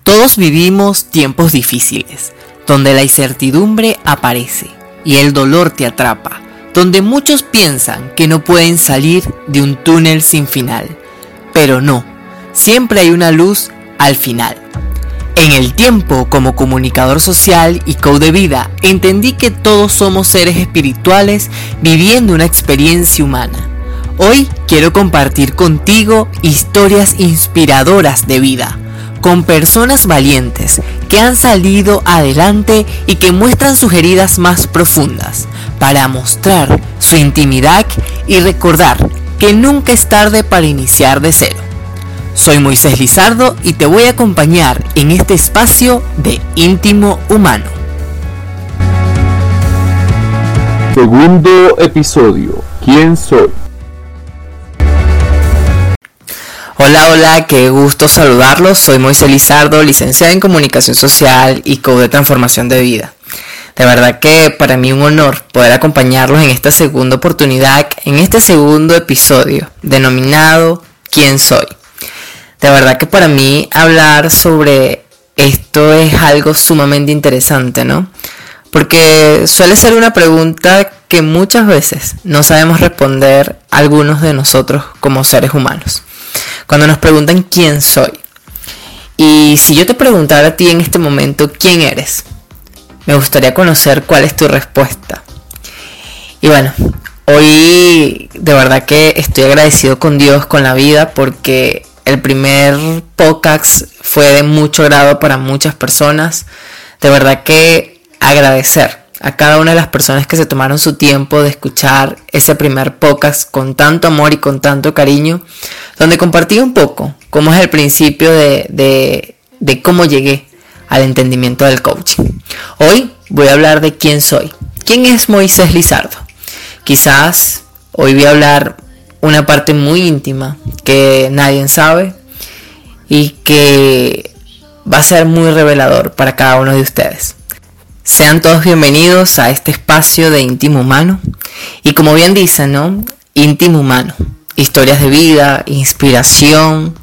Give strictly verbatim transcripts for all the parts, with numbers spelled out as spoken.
Todos vivimos tiempos difíciles, donde la incertidumbre aparece y el dolor te atrapa, donde muchos piensan que no pueden salir de un túnel sin final. Pero no, siempre hay una luz al final. En el tiempo, como comunicador social y coach de vida, entendí que todos somos seres espirituales viviendo una experiencia humana. Hoy quiero compartir contigo historias inspiradoras de vida, con personas valientes que han salido adelante y que muestran sus heridas más profundas, para mostrar su intimidad y recordar que nunca es tarde para iniciar de cero. Soy Moisés Lizardo y te voy a acompañar en este espacio de íntimo humano. Segundo episodio, ¿quién soy? Hola, hola, qué gusto saludarlos. Soy Moisés Lizardo, licenciado en Comunicación Social y coach de transformación de vida. De verdad que para mí un honor poder acompañarlos en esta segunda oportunidad, en este segundo episodio, denominado ¿Quién soy? De verdad que para mí hablar sobre esto es algo sumamente interesante, ¿no? Porque suele ser una pregunta que muchas veces no sabemos responder algunos de nosotros como seres humanos. Cuando nos preguntan quién soy. Y si yo te preguntara a ti en este momento quién eres, me gustaría conocer cuál es tu respuesta. Y bueno, hoy de verdad que estoy agradecido con Dios, con la vida, porque el primer podcast fue de mucho agrado para muchas personas. De verdad que agradecer a cada una de las personas que se tomaron su tiempo de escuchar ese primer podcast con tanto amor y con tanto cariño, donde compartí un poco cómo es el principio de, de, de cómo llegué al entendimiento del coaching. Hoy voy a hablar de quién soy. ¿Quién es Moisés Lizardo? Quizás hoy voy a hablar una parte muy íntima que nadie sabe y que va a ser muy revelador para cada uno de ustedes. Sean todos bienvenidos a este espacio de íntimo humano. Y como bien dicen, ¿no? Íntimo humano. Historias de vida, inspiración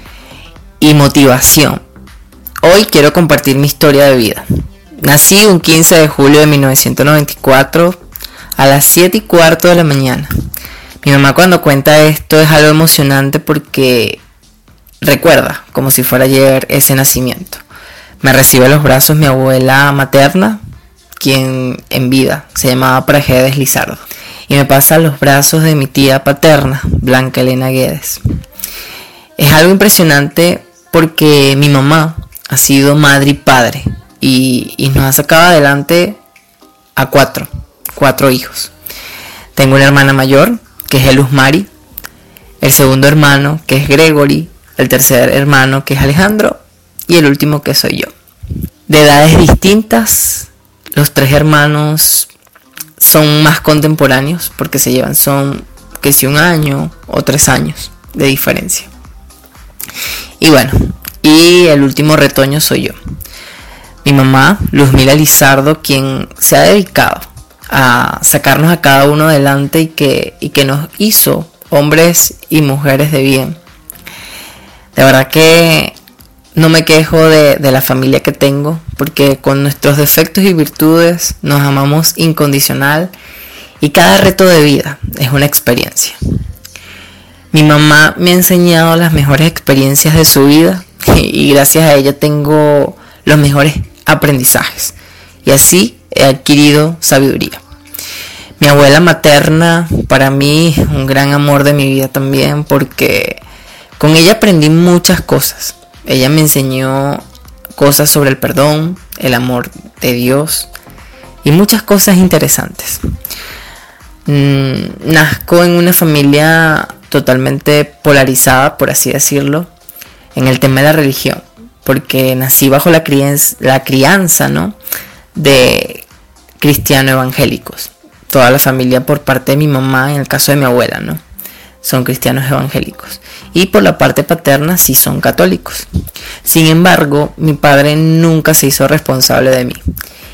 y motivación. Hoy quiero compartir mi historia de vida. Nací un quince de julio de mil novecientos noventa y cuatro a las siete y cuarto de la mañana. Mi mamá cuando cuenta esto es algo emocionante porque recuerda como si fuera ayer ese nacimiento. Me recibe a los brazos mi abuela materna, quien en vida se llamaba Prajedes Lizardo. Y me pasa a los brazos de mi tía paterna, Blanca Elena Guedes. Es algo impresionante porque mi mamá ha sido madre y padre. Y, y nos ha sacado adelante a cuatro, cuatro hijos. Tengo una hermana mayor, que es Luz Mari. El segundo hermano, que es Gregory. El tercer hermano, que es Alejandro. Y el último que soy yo. De edades distintas, los tres hermanos son más contemporáneos porque se llevan, son que si un año o tres años de diferencia. Y bueno, y el último retoño soy yo. Mi mamá, Luzmila Lizardo, quien se ha dedicado a sacarnos a cada uno adelante y que, y que nos hizo hombres y mujeres de bien. De verdad que no me quejo de, de la familia que tengo, porque con nuestros defectos y virtudes nos amamos incondicional y cada reto de vida es una experiencia. Mi mamá me ha enseñado las mejores experiencias de su vida y gracias a ella tengo los mejores aprendizajes y así he adquirido sabiduría. Mi abuela materna para mí un gran amor de mi vida también, porque con ella aprendí muchas cosas. Ella me enseñó cosas sobre el perdón, el amor de Dios y muchas cosas interesantes. Mm, nazco en una familia totalmente polarizada, por así decirlo, en el tema de la religión, porque nací bajo la crianza, la crianza, ¿no? de cristianos evangélicos. Toda la familia por parte de mi mamá, en el caso de mi abuela, ¿no? son cristianos evangélicos. Y por la parte paterna sí son católicos. Sin embargo, mi padre nunca se hizo responsable de mí.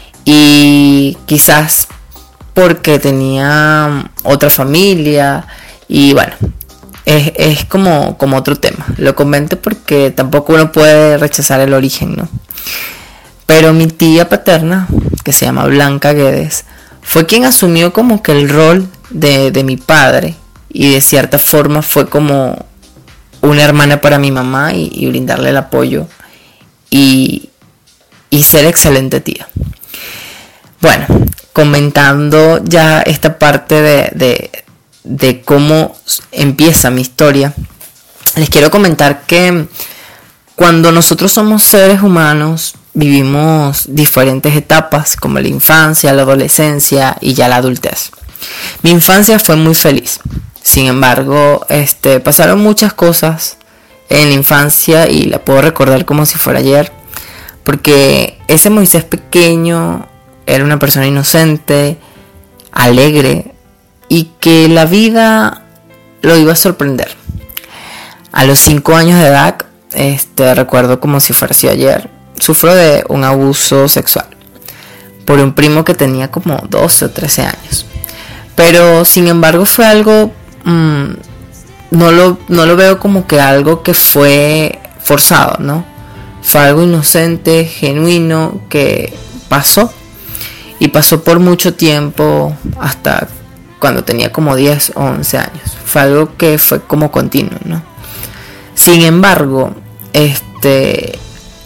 Y quizás porque tenía otra familia. Y bueno, es, es como, como otro tema. Lo comento porque tampoco uno puede rechazar el origen, ¿no? Pero mi tía paterna, que se llama Blanca Guedes, fue quien asumió como que el rol de, de mi padre, y de cierta forma fue como una hermana para mi mamá y, y brindarle el apoyo y, y ser excelente tía. Bueno, comentando ya esta parte de, de, de cómo empieza mi historia, les quiero comentar que cuando nosotros somos seres humanos vivimos diferentes etapas como la infancia, la adolescencia y ya la adultez. Mi infancia fue muy feliz. Sin embargo, este, pasaron muchas cosas en la infancia y la puedo recordar como si fuera ayer, porque ese Moisés pequeño era una persona inocente, alegre y que la vida lo iba a sorprender. A los cinco años de edad, este, recuerdo como si fuera así ayer, sufro de un abuso sexual por un primo que tenía como doce o trece años. Pero sin embargo fue algo, mmm, no, lo, no lo veo como que algo que fue forzado, ¿no? Fue algo inocente, genuino, que pasó. Y pasó por mucho tiempo, hasta cuando tenía como diez o once años. Fue algo que fue como continuo, ¿no? Sin embargo, este...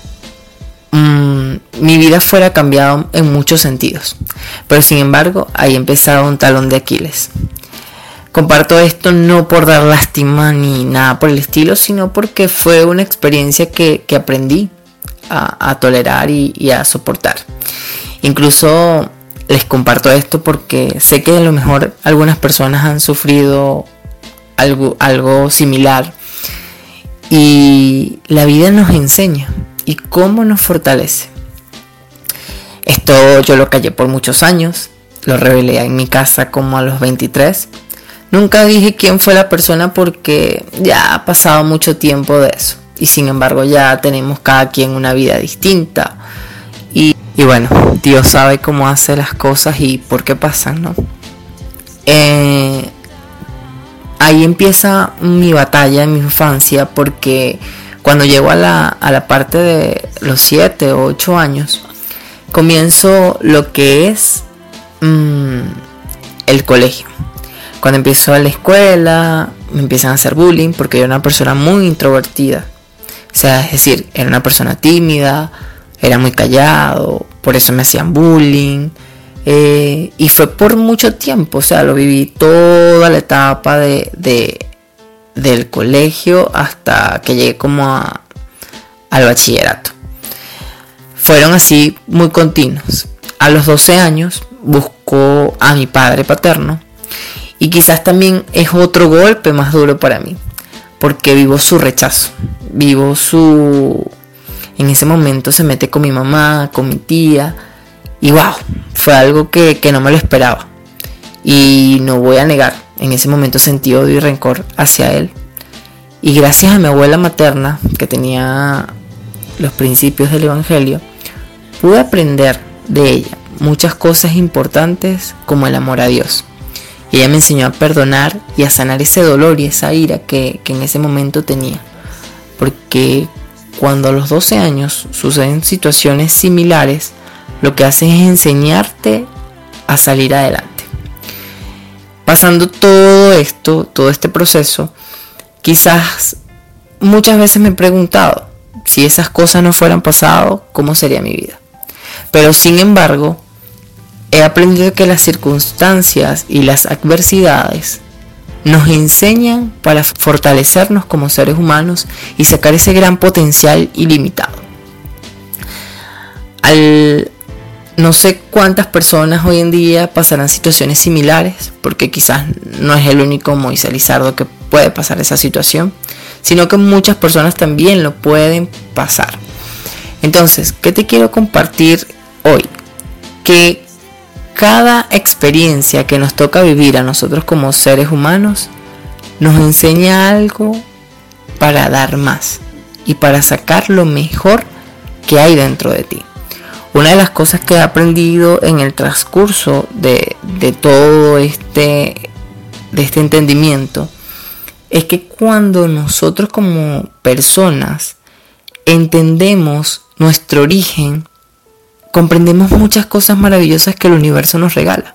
mi vida fuera cambiado en muchos sentidos, pero sin embargo ahí empezaba un talón de Aquiles. Comparto esto no por dar lástima ni nada por el estilo, sino porque fue una experiencia que, que aprendí a, a tolerar y, y a soportar. Incluso les comparto esto porque sé que a lo mejor algunas personas han sufrido algo, algo similar, y la vida nos enseña y cómo nos fortalece. Esto yo lo callé por muchos años, lo revelé en mi casa como a los veintitrés. Nunca dije quién fue la persona porque ya ha pasado mucho tiempo de eso. Y sin embargo ya tenemos cada quien una vida distinta. Y, y bueno, Dios sabe cómo hace las cosas y por qué pasan, ¿no? Eh, ahí empieza mi batalla en mi infancia, porque cuando llego a la, a la parte de los siete o ocho años, comienzo lo que es mmm, el colegio. Cuando empiezo a la escuela, me empiezan a hacer bullying porque yo era una persona muy introvertida. O sea, es decir, era una persona tímida, era muy callado, por eso me hacían bullying. Eh, y fue por mucho tiempo, o sea, lo viví toda la etapa de... de del colegio hasta que llegué como a, al bachillerato. Fueron así muy continuos. A los doce años busco a mi padre paterno, y quizás también es otro golpe más duro para mí, porque vivo su rechazo, vivo su... En ese momento se mete con mi mamá, con mi tía, y wow, fue algo que, que no me lo esperaba. Y no voy a negar, en ese momento sentí odio y rencor hacia él. Y gracias a mi abuela materna, que tenía los principios del evangelio, pude aprender de ella muchas cosas importantes como el amor a Dios. Y ella me enseñó a perdonar y a sanar ese dolor y esa ira que, que en ese momento tenía. Porque cuando a los doce años suceden situaciones similares, lo que hacen es enseñarte a salir adelante. Pasando todo esto, todo este proceso, quizás muchas veces me he preguntado, si esas cosas no fueran pasado, ¿cómo sería mi vida? Pero sin embargo, he aprendido que las circunstancias y las adversidades nos enseñan para fortalecernos como seres humanos y sacar ese gran potencial ilimitado. Al No sé cuántas personas hoy en día pasarán situaciones similares, porque quizás no es el único Moisés Lizardo que puede pasar esa situación, sino que muchas personas también lo pueden pasar. Entonces, ¿qué te quiero compartir hoy? Que cada experiencia que nos toca vivir a nosotros como seres humanos nos enseña algo para dar más y para sacar lo mejor que hay dentro de ti. Una de las cosas que he aprendido en el transcurso de, de todo este, de este entendimiento es que cuando nosotros como personas entendemos nuestro origen, comprendemos muchas cosas maravillosas que el universo nos regala.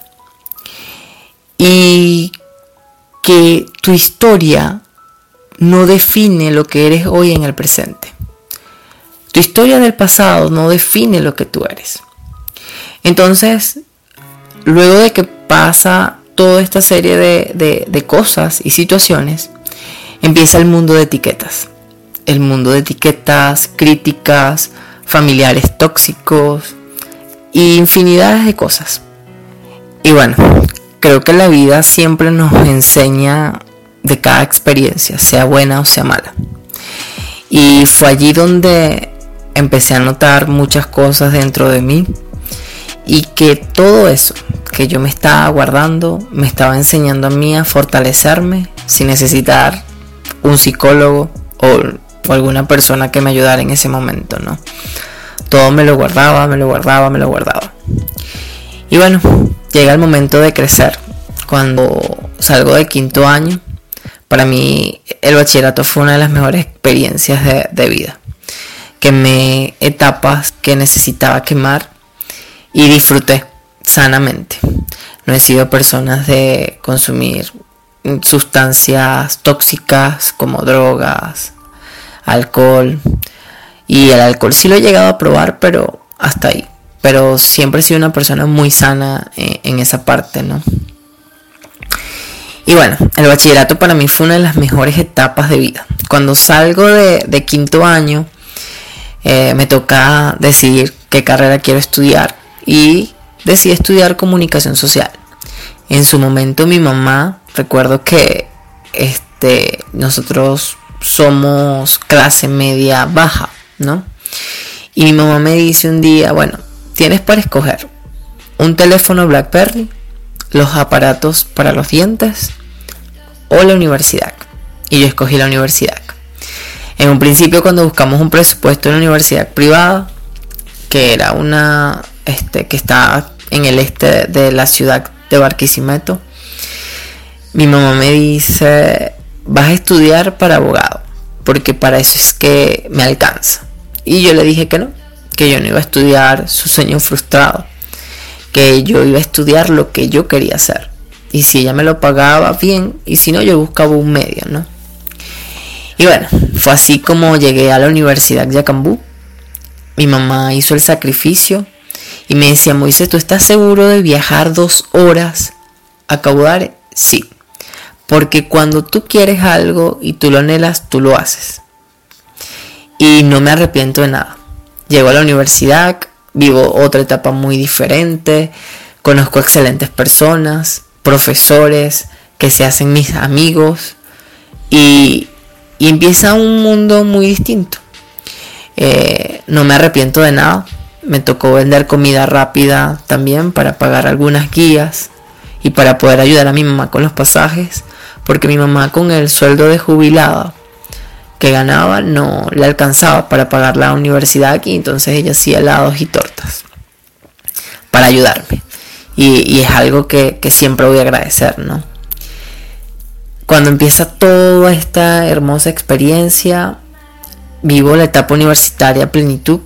Y que tu historia no define lo que eres hoy en el presente. Tu historia del pasado no define lo que tú eres. Entonces, luego de que pasa toda esta serie de, de, de cosas y situaciones, empieza el mundo de etiquetas. El mundo de etiquetas, críticas, familiares tóxicos y infinidades de cosas. Y bueno, creo que la vida siempre nos enseña de cada experiencia, sea buena o sea mala. Y fue allí donde empecé a notar muchas cosas dentro de mí y que todo eso que yo me estaba guardando me estaba enseñando a mí a fortalecerme sin necesitar un psicólogo o, o alguna persona que me ayudara en ese momento, ¿no? Todo me lo guardaba, me lo guardaba, me lo guardaba. Y bueno, llega el momento de crecer. Cuando salgo de quinto año, para mí el bachillerato fue una de las mejores experiencias de, de vida. Quemé etapas que necesitaba quemar y disfruté sanamente. No he sido personas de consumir sustancias tóxicas como drogas, alcohol. Y el alcohol sí lo he llegado a probar, pero hasta ahí. Pero siempre he sido una persona muy sana en, en esa parte, ¿no? Y bueno, el bachillerato para mí fue una de las mejores etapas de vida. Cuando salgo de, de quinto año, eh, me toca decidir qué carrera quiero estudiar. Y decidí estudiar comunicación social. En su momento mi mamá, recuerdo que este, nosotros somos clase media baja, ¿no? Y mi mamá me dice un día, bueno, tienes para escoger un teléfono BlackBerry, los aparatos para los dientes o la universidad. Y yo escogí la universidad. En un principio, cuando buscamos un presupuesto en la universidad privada, que era una este, que está en el este de la ciudad de Barquisimeto, mi mamá me dice, vas a estudiar para abogado, porque para eso es que me alcanza. Y yo le dije que no, que yo no iba a estudiar su sueño frustrado, que yo iba a estudiar lo que yo quería hacer. Y si ella me lo pagaba, bien, y si no, yo buscaba un medio, ¿no? Y bueno, fue así como llegué a la Universidad Yacambú. Mi mamá hizo el sacrificio y me decía, Moisés, ¿tú estás seguro de viajar dos horas a Caudare? Sí, porque cuando tú quieres algo y tú lo anhelas, tú lo haces. Y no me arrepiento de nada. Llego a la universidad, vivo otra etapa muy diferente, conozco excelentes personas, profesores que se hacen mis amigos y, y empieza un mundo muy distinto. Eh, no me arrepiento de nada. Me tocó vender comida rápida también para pagar algunas guías y para poder ayudar a mi mamá con los pasajes, porque mi mamá con el sueldo de jubilada que ganaba no le alcanzaba para pagar la universidad, y entonces ella hacía helados y tortas para ayudarme, y, y es algo que, que siempre voy a agradecer, ¿no? Cuando empieza toda esta hermosa experiencia, vivo la etapa universitaria a plenitud,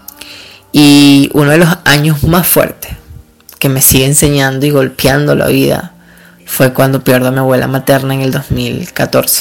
y uno de los años más fuertes que me sigue enseñando y golpeando la vida fue cuando pierdo a mi abuela materna en el dos mil catorce.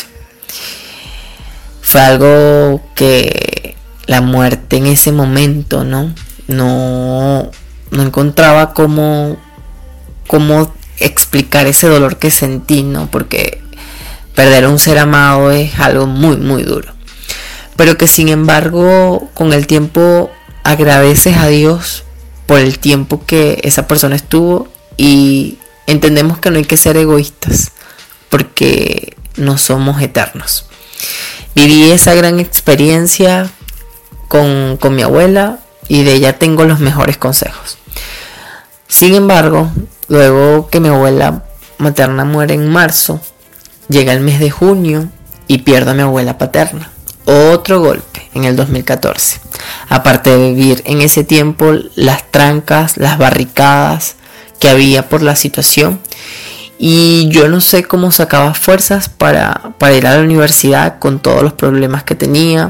Fue algo que la muerte en ese momento, ¿no? No, no encontraba cómo, cómo explicar ese dolor que sentí, ¿no? Porque perder a un ser amado es algo muy, muy duro. Pero que sin embargo, con el tiempo agradeces a Dios por el tiempo que esa persona estuvo, y entendemos que no hay que ser egoístas porque no somos eternos. Viví esa gran experiencia con, con mi abuela, y de ella tengo los mejores consejos. Sin embargo, luego que mi abuela materna muere en marzo, llega el mes de junio y pierdo a mi abuela paterna. Otro golpe en el dos mil catorce. Aparte de vivir en ese tiempo las trancas, las barricadas que había por la situación, Y yo no sé cómo sacaba fuerzas para, para ir a la universidad con todos los problemas que tenía.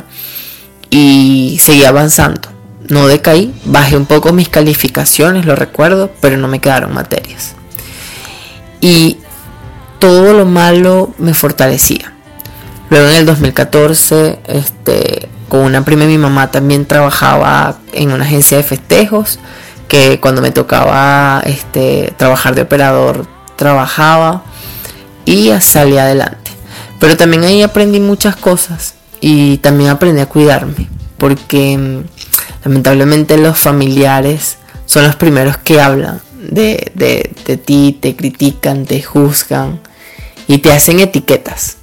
Y seguí avanzando. No decaí, bajé un poco mis calificaciones, lo recuerdo, pero no me quedaron materias. Y todo lo malo me fortalecía. Luego en el dos mil catorce, este, con una prima de mi mamá también trabajaba en una agencia de festejos, que cuando me tocaba este, trabajar de operador, trabajaba y salí adelante. Pero también ahí aprendí muchas cosas y también aprendí a cuidarme, porque lamentablemente los familiares son los primeros que hablan de, de, de ti, te critican, te juzgan y te hacen etiquetas.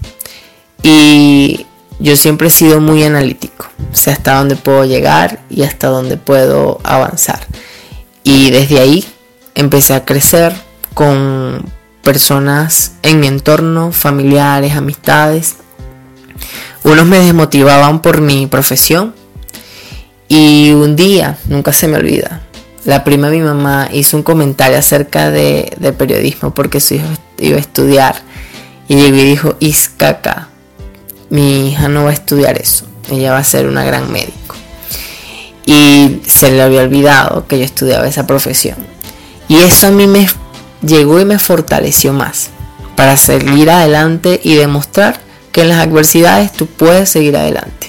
Y yo siempre he sido muy analítico, o sea, hasta dónde puedo llegar y hasta dónde puedo avanzar. Y desde ahí empecé a crecer con personas en mi entorno, familiares, amistades. Unos me desmotivaban por mi profesión. Y un día, nunca se me olvida, la prima de mi mamá hizo un comentario acerca de, de periodismo porque su hijo iba a estudiar. Y llegó y dijo, Iscaca, mi hija no va a estudiar eso, ella va a ser una gran médico. Y se le había olvidado que yo estudiaba esa profesión. Y eso a mí me llegó y me fortaleció más para seguir adelante y demostrar que en las adversidades tú puedes seguir adelante.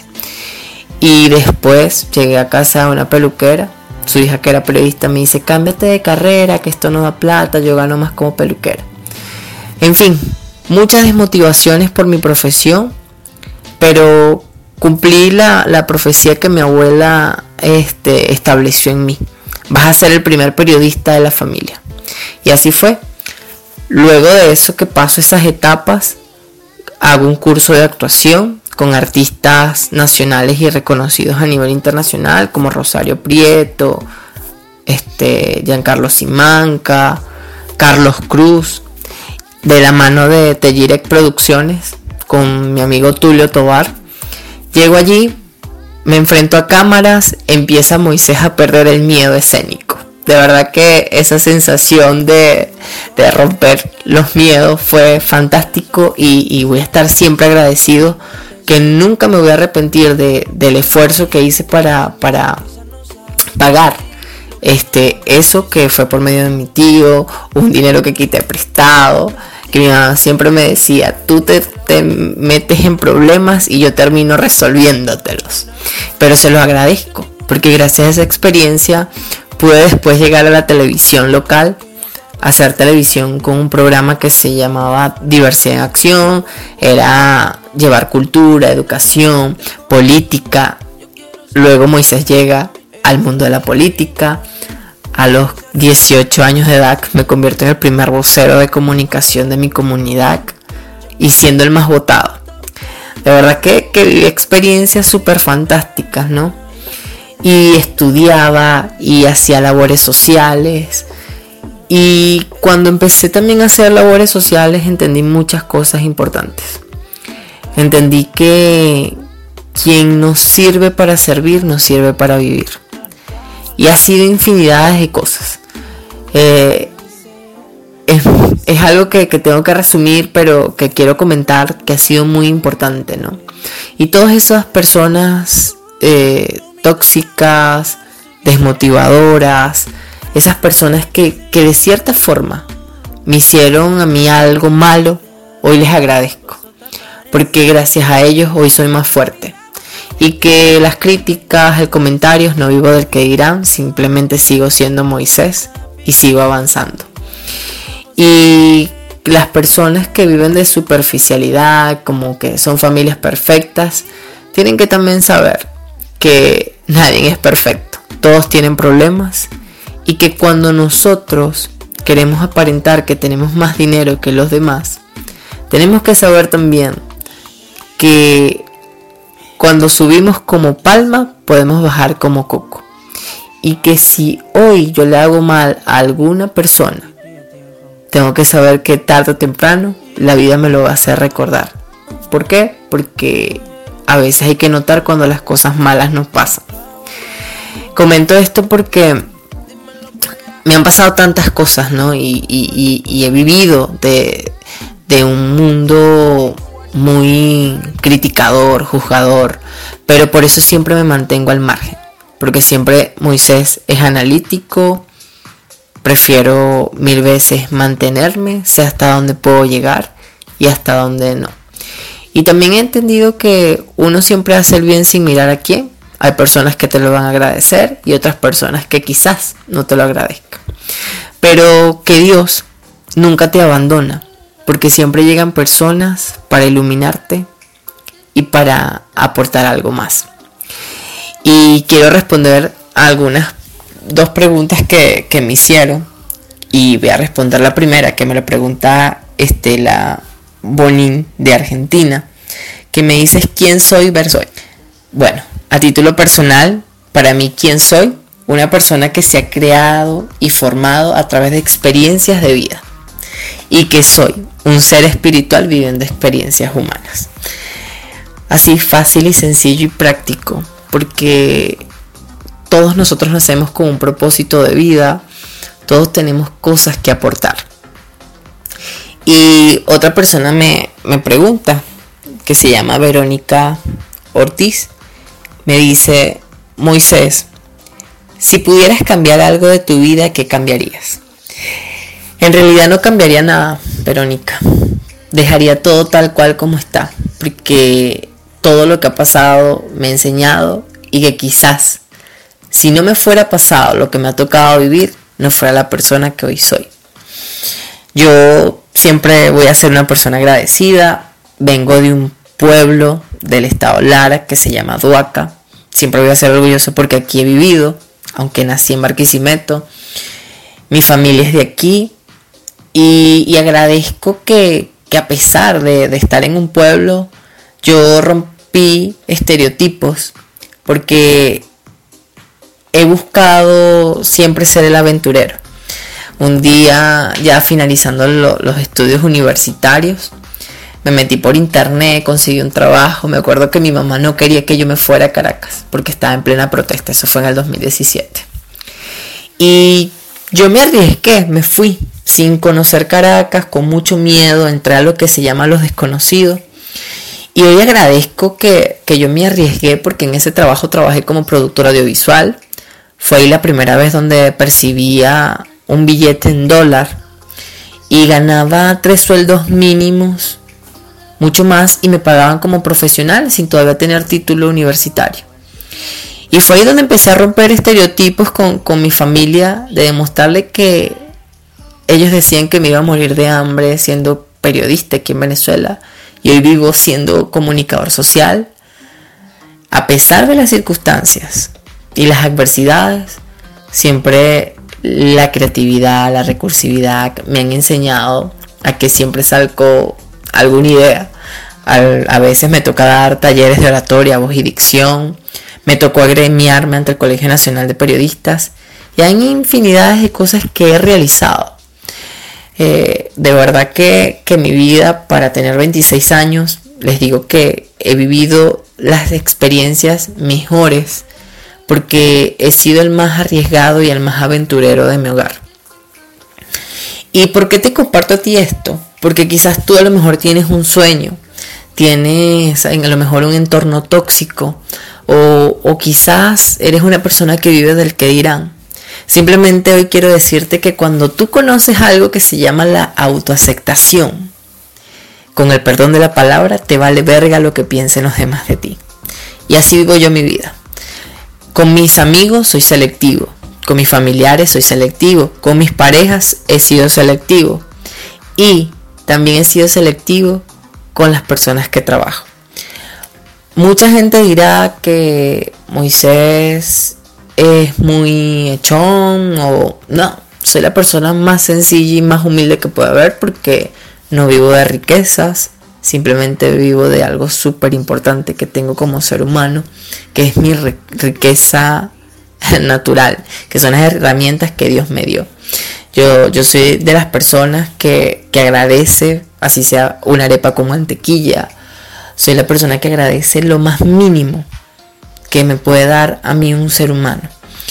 Y después llegué a casa de una peluquera, su hija que era periodista me dice, cámbiate de carrera, que esto no da plata, yo gano más como peluquera. En fin, muchas desmotivaciones por mi profesión, pero cumplí la, la profecía que mi abuela este, estableció en mí. Vas a ser el primer periodista de la familia. Y así fue. Luego de eso que paso esas etapas, hago un curso de actuación con artistas nacionales y reconocidos a nivel internacional como Rosario Prieto, este, Giancarlo Simanca, Carlos Cruz, de la mano de Tellirec Producciones con mi amigo Tulio Tobar. Llego allí, me enfrento a cámaras, empieza Moisés a perder el miedo escénico. De verdad que esa sensación de, de romper los miedos fue fantástico y, y voy a estar siempre agradecido, que nunca me voy a arrepentir de, del esfuerzo que hice para, para pagar este, eso que fue por medio de mi tío, un dinero que quité prestado, que mi mamá siempre me decía, tú te, te metes en problemas y yo termino resolviéndotelos. Pero se los agradezco, porque gracias a esa experiencia pude después llegar a la televisión local, hacer televisión con un programa que se llamaba Diversidad en Acción. Era llevar cultura, educación, política. Luego Moisés llega al mundo de la política. A los dieciocho años de edad me convierto en el primer vocero de comunicación de mi comunidad y siendo el más votado. De verdad que, que viví experiencias súper fantásticas, ¿no? Y estudiaba y hacía labores sociales. Y cuando empecé también a hacer labores sociales entendí muchas cosas importantes. Entendí que quien nos sirve para servir nos sirve para vivir. Y ha sido infinidades de cosas. Eh, es, es algo que, que tengo que resumir, pero que quiero comentar que ha sido muy importante, ¿no? Y todas esas personas eh, tóxicas, desmotivadoras, esas personas que, que de cierta forma me hicieron a mí algo malo, hoy les agradezco. Porque gracias a ellos hoy soy más fuerte. Y que las críticas, el comentarios, no vivo del que dirán, simplemente sigo siendo Moisés y sigo avanzando. Y las personas que viven de superficialidad, como que son familias perfectas, tienen que también saber que nadie es perfecto, todos tienen problemas, y que cuando nosotros queremos aparentar que tenemos más dinero que los demás, tenemos que saber también que cuando subimos como palma, podemos bajar como coco. Y que si hoy yo le hago mal a alguna persona, tengo que saber que tarde o temprano la vida me lo va a hacer recordar. ¿Por qué? Porque a veces hay que notar cuando las cosas malas nos pasan. Comento esto porque me han pasado tantas cosas, ¿no? Y, y, y, y he vivido de, de un mundo muy criticador, juzgador, pero por eso siempre me mantengo al margen, porque siempre Moisés es analítico, prefiero mil veces mantenerme, sé hasta dónde puedo llegar y hasta dónde no. Y también he entendido que uno siempre hace el bien sin mirar a quién. Hay personas que te lo van a agradecer y otras personas que quizás no te lo agradezcan. Pero que Dios nunca te abandona, porque siempre llegan personas para iluminarte y para aportar algo más. Y quiero responder a algunas dos preguntas que, que me hicieron. Y voy a responder la primera, que me la pregunta Estela Bonín de Argentina, que me dice ¿quién soy versus hoy? Bueno, a título personal, para mí, ¿quién soy? Una persona que se ha creado y formado a través de experiencias de vida. Y que soy un ser espiritual viviendo experiencias humanas. Así fácil y sencillo y práctico, porque todos nosotros nacemos con un propósito de vida, todos tenemos cosas que aportar. Y otra persona me, me pregunta, que se llama Verónica Ortiz, me dice, Moisés, si pudieras cambiar algo de tu vida, ¿qué cambiarías? En realidad no cambiaría nada, Verónica. Dejaría todo tal cual como está, porque todo lo que ha pasado me ha enseñado y que quizás si no me fuera pasado lo que me ha tocado vivir, no fuera la persona que hoy soy. Yo siempre voy a ser una persona agradecida. Vengo de un pueblo del estado Lara que se llama Duaca. Siempre voy a ser orgulloso porque aquí he vivido, aunque nací en Barquisimeto. Mi familia es de aquí y, y agradezco que, que a pesar de, de estar en un pueblo, yo rompí estereotipos porque he buscado siempre ser el aventurero. Un día, ya finalizando lo, los estudios universitarios, me metí por internet, conseguí un trabajo. Me acuerdo que mi mamá no quería que yo me fuera a Caracas porque estaba en plena protesta. Eso fue en el dos mil diecisiete. Y yo me arriesgué, me fui sin conocer Caracas, con mucho miedo, entré a lo que se llama los desconocidos. Y hoy agradezco que, que yo me arriesgué porque en ese trabajo trabajé como productora audiovisual. Fue ahí la primera vez donde percibía un billete en dólar y ganaba tres sueldos mínimos, mucho más, y me pagaban como profesional sin todavía tener título universitario. Y fue ahí donde empecé a romper estereotipos con, con mi familia, de demostrarle que ellos decían que me iba a morir de hambre siendo periodista aquí en Venezuela, y hoy vivo siendo comunicador social. A pesar de las circunstancias y las adversidades, siempre la creatividad, la recursividad me han enseñado a que siempre salgo alguna idea. Al, a veces me toca dar talleres de oratoria, voz y dicción. Me tocó agremiarme ante el Colegio Nacional de Periodistas. Y hay infinidades de cosas que he realizado. Eh, de verdad que, que mi vida, para tener veintiséis años, les digo que he vivido las experiencias mejores, porque he sido el más arriesgado y el más aventurero de mi hogar. ¿Y por qué te comparto a ti esto? Porque quizás tú a lo mejor tienes un sueño, tienes a lo mejor un entorno tóxico, o, o quizás eres una persona que vive del que dirán. Simplemente hoy quiero decirte que cuando tú conoces algo que se llama la autoaceptación, con el perdón de la palabra, te vale verga lo que piensen los demás de ti. Y así vivo yo mi vida. Con mis amigos soy selectivo, con mis familiares soy selectivo, con mis parejas he sido selectivo y también he sido selectivo con las personas que trabajo. Mucha gente dirá que Moisés es muy echón o no, soy la persona más sencilla y más humilde que puede haber porque no vivo de riquezas, simplemente vivo de algo súper importante que tengo como ser humano, que es mi riqueza natural, que son las herramientas que Dios me dio. Yo, yo soy de las personas que, que agradece, así sea una arepa con mantequilla. Soy la persona que agradece lo más mínimo que me puede dar a mí un ser humano.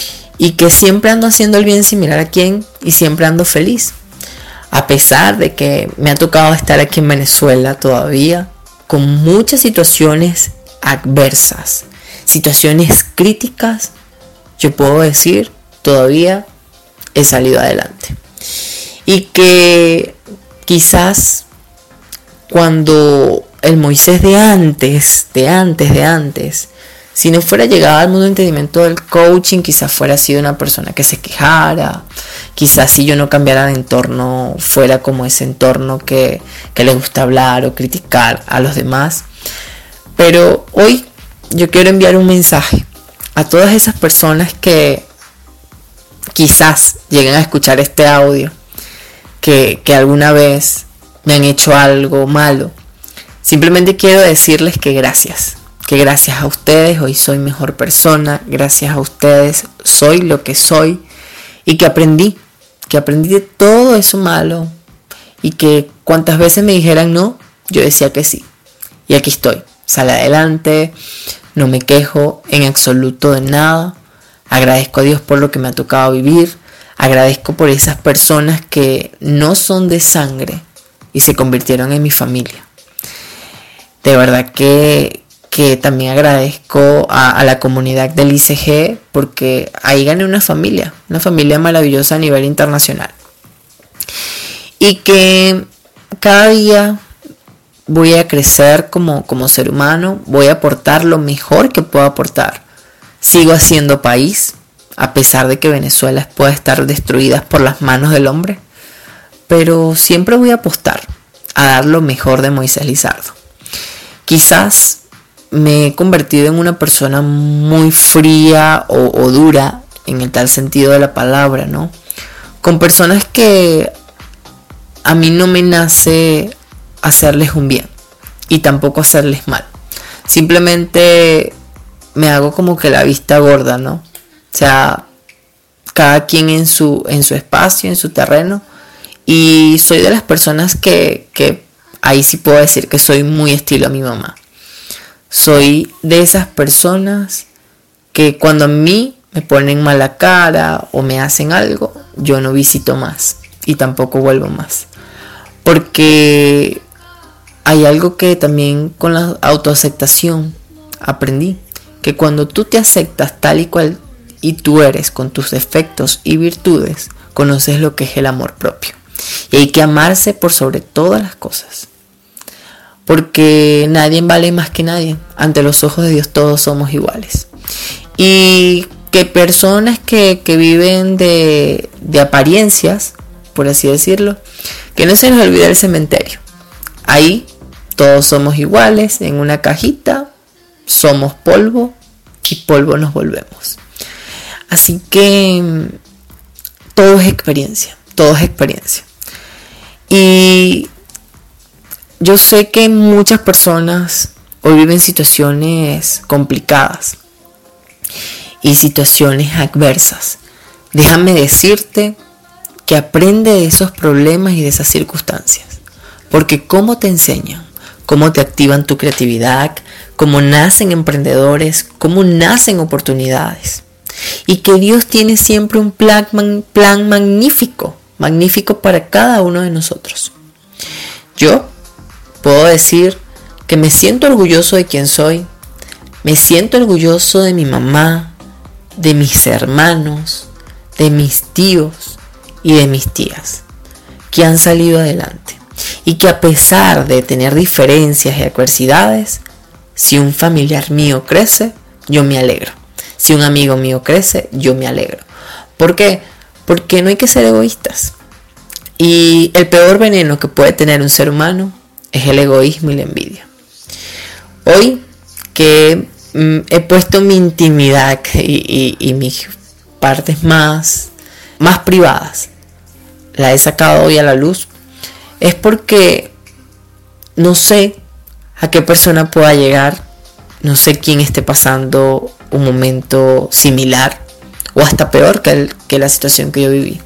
y que siempre ando haciendo el bien sin mirar a quién y siempre ando feliz. A pesar de que me ha tocado estar aquí en Venezuela todavía con muchas situaciones adversas, situaciones críticas, yo puedo decir, todavía he salido adelante. Y que quizás cuando el Moisés de antes, de antes, de antes, si no fuera llegado al mundo de entendimiento del coaching, quizás fuera sido una persona que se quejara, quizás si yo no cambiara de entorno, fuera como ese entorno que, que le gusta hablar o criticar a los demás. Pero hoy yo quiero enviar un mensaje a todas esas personas que quizás lleguen a escuchar este audio, que, que alguna vez me han hecho algo malo. Simplemente quiero decirles que gracias. Que gracias a ustedes hoy soy mejor persona, gracias a ustedes soy lo que soy y que aprendí, que aprendí de todo eso malo y que cuantas veces me dijeran no, yo decía que sí. Y aquí estoy, sale adelante, no me quejo en absoluto de nada, agradezco a Dios por lo que me ha tocado vivir, agradezco por esas personas que no son de sangre y se convirtieron en mi familia. De verdad que... que también agradezco a, a la comunidad del I C G porque ahí gané una familia, una familia maravillosa a nivel internacional. Y que cada día voy a crecer como, como ser humano, voy a aportar lo mejor que puedo aportar. Sigo haciendo país, a pesar de que Venezuela pueda estar destruida por las manos del hombre, pero siempre voy a apostar a dar lo mejor de Moisés Lizardo. Quizás me he convertido en una persona muy fría o, o dura en el tal sentido de la palabra, ¿no? Con personas que a mí no me nace hacerles un bien y tampoco hacerles mal. Simplemente me hago como que la vista gorda, ¿no? O sea, cada quien en su, en su espacio, en su terreno. Y soy de las personas que, que ahí sí puedo decir que soy muy estilo a mi mamá. Soy de esas personas que cuando a mí me ponen mala cara o me hacen algo, yo no visito más y tampoco vuelvo más. Porque hay algo que también con la autoaceptación aprendí, que cuando tú te aceptas tal y cual y tú eres con tus defectos y virtudes, conoces lo que es el amor propio. Y hay que amarse por sobre todas las cosas. Porque nadie vale más que nadie. Ante los ojos de Dios todos somos iguales. Y que personas que, que viven de, de apariencias, por así decirlo, que no se les olvide el cementerio. Ahí todos somos iguales, en una cajita, somos polvo y polvo nos volvemos. Así que todo es experiencia, todo es experiencia. Y yo sé que muchas personas hoy viven situaciones complicadas y situaciones adversas. Déjame decirte que aprende de esos problemas y de esas circunstancias. Porque cómo te enseñan, cómo te activan tu creatividad, cómo nacen emprendedores, cómo nacen oportunidades. Y que Dios tiene siempre un plan, plan magnífico, magnífico para cada uno de nosotros. Yo puedo decir que me siento orgulloso de quién soy, me siento orgulloso de mi mamá, de mis hermanos, de mis tíos y de mis tías, que han salido adelante. Y que a pesar de tener diferencias y adversidades, si un familiar mío crece, yo me alegro. Si un amigo mío crece, yo me alegro. ¿Por qué? Porque no hay que ser egoístas. Y el peor veneno que puede tener un ser humano es el egoísmo y la envidia. Hoy que mm, he puesto mi intimidad y, y, y mis partes más, más privadas, la he sacado hoy a la luz, es porque no sé a qué persona pueda llegar, no sé quién esté pasando un momento similar o hasta peor que, el, que la situación que yo viví.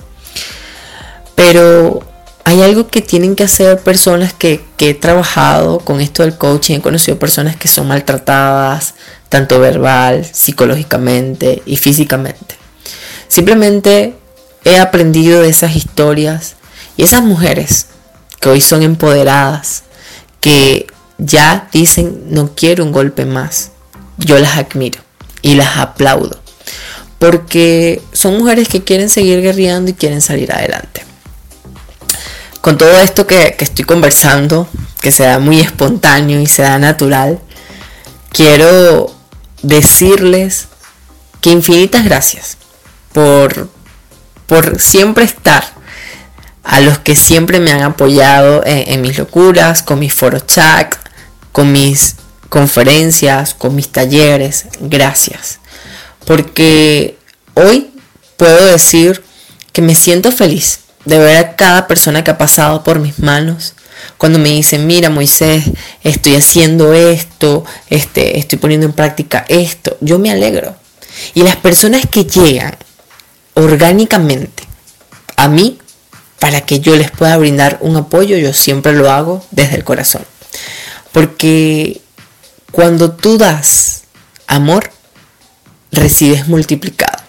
Pero hay algo que tienen que hacer personas que, que he trabajado con esto del coaching. He conocido personas que son maltratadas, tanto verbal, psicológicamente y físicamente. Simplemente he aprendido de esas historias y esas mujeres que hoy son empoderadas, que ya dicen no quiero un golpe más. Yo las admiro y las aplaudo, porque son mujeres que quieren seguir guerreando y quieren salir adelante. Con todo esto que, que estoy conversando, que se da muy espontáneo y se da natural, quiero decirles que infinitas gracias por, por siempre estar, a los que siempre me han apoyado en, en mis locuras, con mis foros chat, con mis conferencias, con mis talleres. Gracias, porque hoy puedo decir que me siento feliz de ver a cada persona que ha pasado por mis manos. Cuando me dicen, mira Moisés, estoy haciendo esto, este, estoy poniendo en práctica esto, yo me alegro. Y las personas que llegan orgánicamente a mí para que yo les pueda brindar un apoyo, yo siempre lo hago desde el corazón. Porque cuando tú das amor, recibes multiplicado.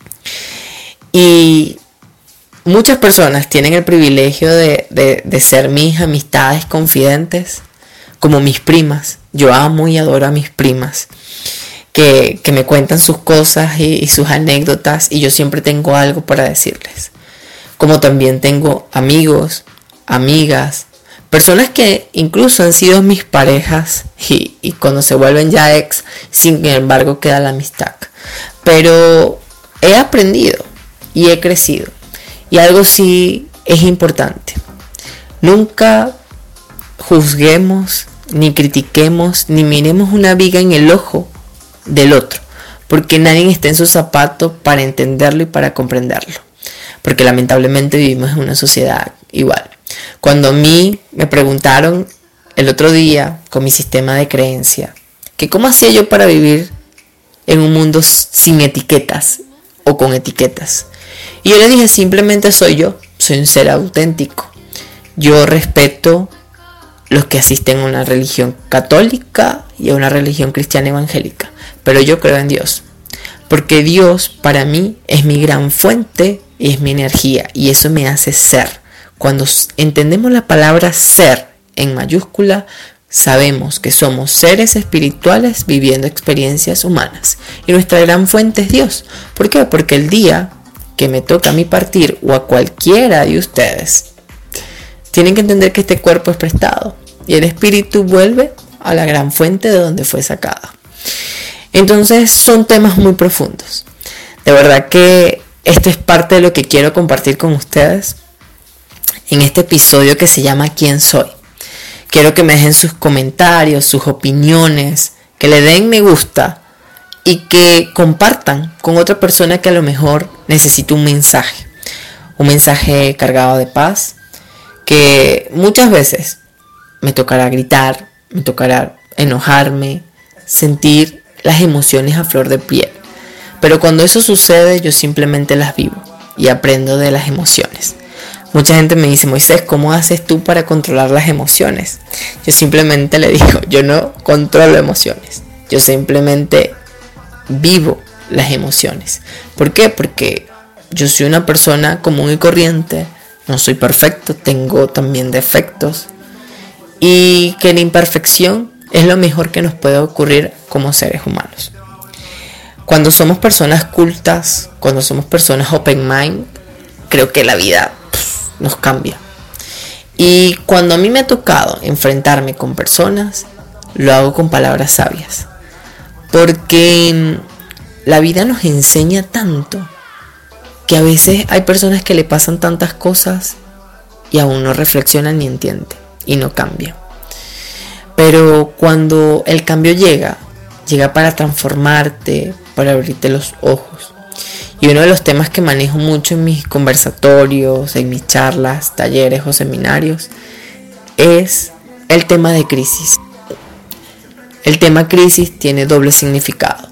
Y muchas personas tienen el privilegio de, de, de ser mis amistades confidentes, como mis primas. Yo amo y adoro a mis primas, que, que me cuentan sus cosas y, y sus anécdotas, y yo siempre tengo algo para decirles. Como también tengo amigos, amigas, personas que incluso han sido mis parejas y, y cuando se vuelven ya ex, sin embargo queda la amistad. Pero he aprendido y he crecido. Y algo sí es importante. Nunca juzguemos, ni critiquemos, ni miremos una viga en el ojo del otro, porque nadie está en su zapato para entenderlo y para comprenderlo. Porque lamentablemente vivimos en una sociedad igual. Cuando a mí me preguntaron el otro día con mi sistema de creencia, que cómo hacía yo para vivir en un mundo sin etiquetas o con etiquetas. Y yo le dije, simplemente soy yo, soy un ser auténtico. Yo respeto los que asisten a una religión católica y a una religión cristiana evangélica, pero yo creo en Dios. Porque Dios para mí es mi gran fuente y es mi energía, y eso me hace ser. Cuando entendemos la palabra ser en mayúscula, sabemos que somos seres espirituales viviendo experiencias humanas. Y nuestra gran fuente es Dios. ¿Por qué? Porque el día que me toca a mí partir, o a cualquiera de ustedes, tienen que entender que este cuerpo es prestado. Y el espíritu vuelve a la gran fuente de donde fue sacada. Entonces son temas muy profundos. De verdad que esto es parte de lo que quiero compartir con ustedes en este episodio que se llama ¿Quién soy? Quiero que me dejen sus comentarios, sus opiniones, que le den me gusta y que compartan con otra persona que a lo mejor necesita un mensaje. Un mensaje cargado de paz, que muchas veces me tocará gritar, me tocará enojarme, sentir las emociones a flor de piel. Pero cuando eso sucede, yo simplemente las vivo y aprendo de las emociones. Mucha gente me dice, Moisés, ¿cómo haces tú para controlar las emociones? Yo simplemente le digo, yo no controlo emociones. Yo simplemente vivo las emociones. ¿Por qué? Porque yo soy una persona común y corriente. No soy perfecto, tengo también defectos. Y que la imperfección es lo mejor que nos puede ocurrir como seres humanos. Cuando somos personas cultas, cuando somos personas open mind, creo que la vida pff, nos cambia. Y cuando a mí me ha tocado enfrentarme con personas, lo hago con palabras sabias. Porque la vida nos enseña tanto que a veces hay personas que le pasan tantas cosas y aún no reflexionan ni entienden y no cambian. Pero cuando el cambio llega, llega para transformarte, para abrirte los ojos. Y uno de los temas que manejo mucho en mis conversatorios, en mis charlas, talleres o seminarios, es el tema de crisis. El tema crisis tiene doble significado: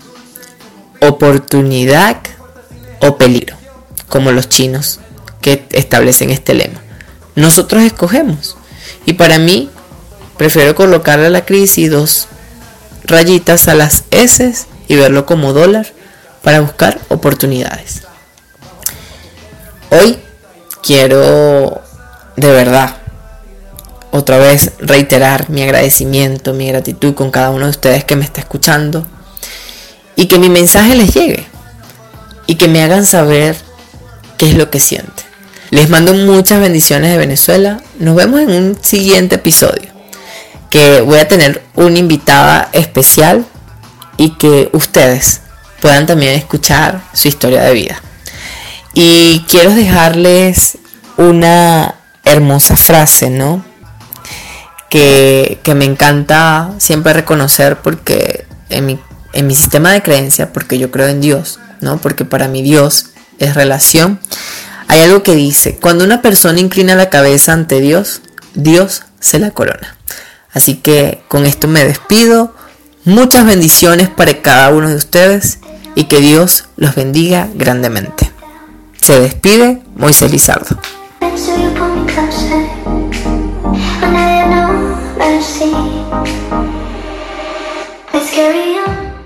oportunidad o peligro, como los chinos que establecen este lema. Nosotros escogemos. Y para mí, prefiero colocarle a la crisis dos rayitas a las S y verlo como dólar para buscar oportunidades. Hoy quiero de verdad otra vez reiterar mi agradecimiento, mi gratitud con cada uno de ustedes que me está escuchando, y que mi mensaje les llegue y que me hagan saber qué es lo que sienten. Les mando muchas bendiciones de Venezuela. Nos vemos en un siguiente episodio, que voy a tener una invitada especial y que ustedes puedan también escuchar su historia de vida. Y quiero dejarles una hermosa frase, ¿no? Que, que me encanta siempre reconocer, porque en mi, en mi sistema de creencia, porque yo creo en Dios, ¿no? Porque para mí Dios es relación. Hay algo que dice: cuando una persona inclina la cabeza ante Dios, Dios se la corona. Así que con esto me despido. Muchas bendiciones para cada uno de ustedes y que Dios los bendiga grandemente. Se despide Moisés Lizardo. Let's carry on.